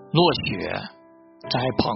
落雪，斋棚。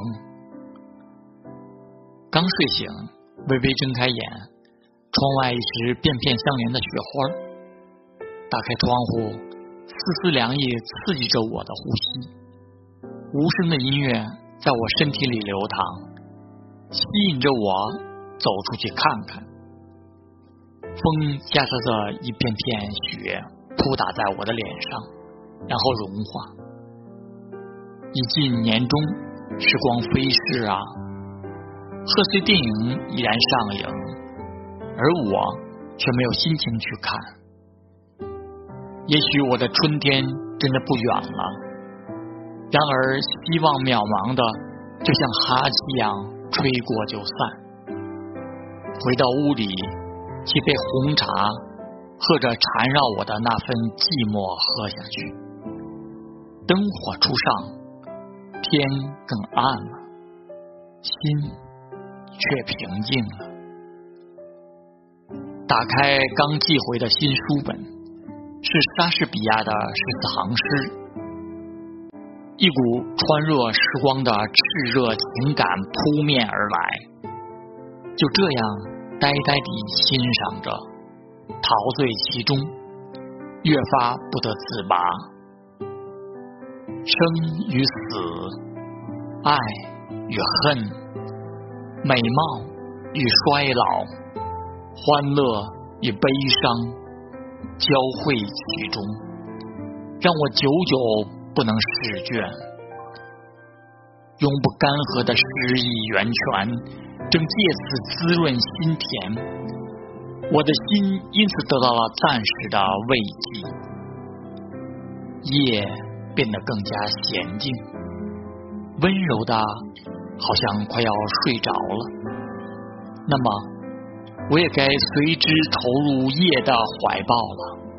刚睡醒，微微睁开眼，窗外是片片相连的雪花。打开窗户，丝丝凉意刺激着我的呼吸，无声的音乐在我身体里流淌，吸引着我走出去看看。风夹杂着一片片雪扑打在我的脸上，然后融化。已近年中，时光飞逝啊，贺岁电影依然上映，而我却没有心情去看。也许我的春天真的不远了，然而希望渺茫的就像哈气一样吹过就散。回到屋里，沏杯红茶，喝着缠绕我的那份寂寞喝下去。灯火初上，天更暗了，心却平静了。打开刚寄回的新书本，是莎士比亚的14行诗，一股穿越时光的炽热情感扑面而来。就这样呆呆地欣赏着，陶醉其中，越发不得自拔。生与死，爱与恨，美貌与衰老，欢乐与悲伤，交汇其中，让我久久不能释倦。永不干涸的诗意源泉正借此滋润心田，我的心因此得到了暂时的慰藉。夜变得更加娴静，温柔的好像快要睡着了。那么我也该随之投入夜的怀抱了。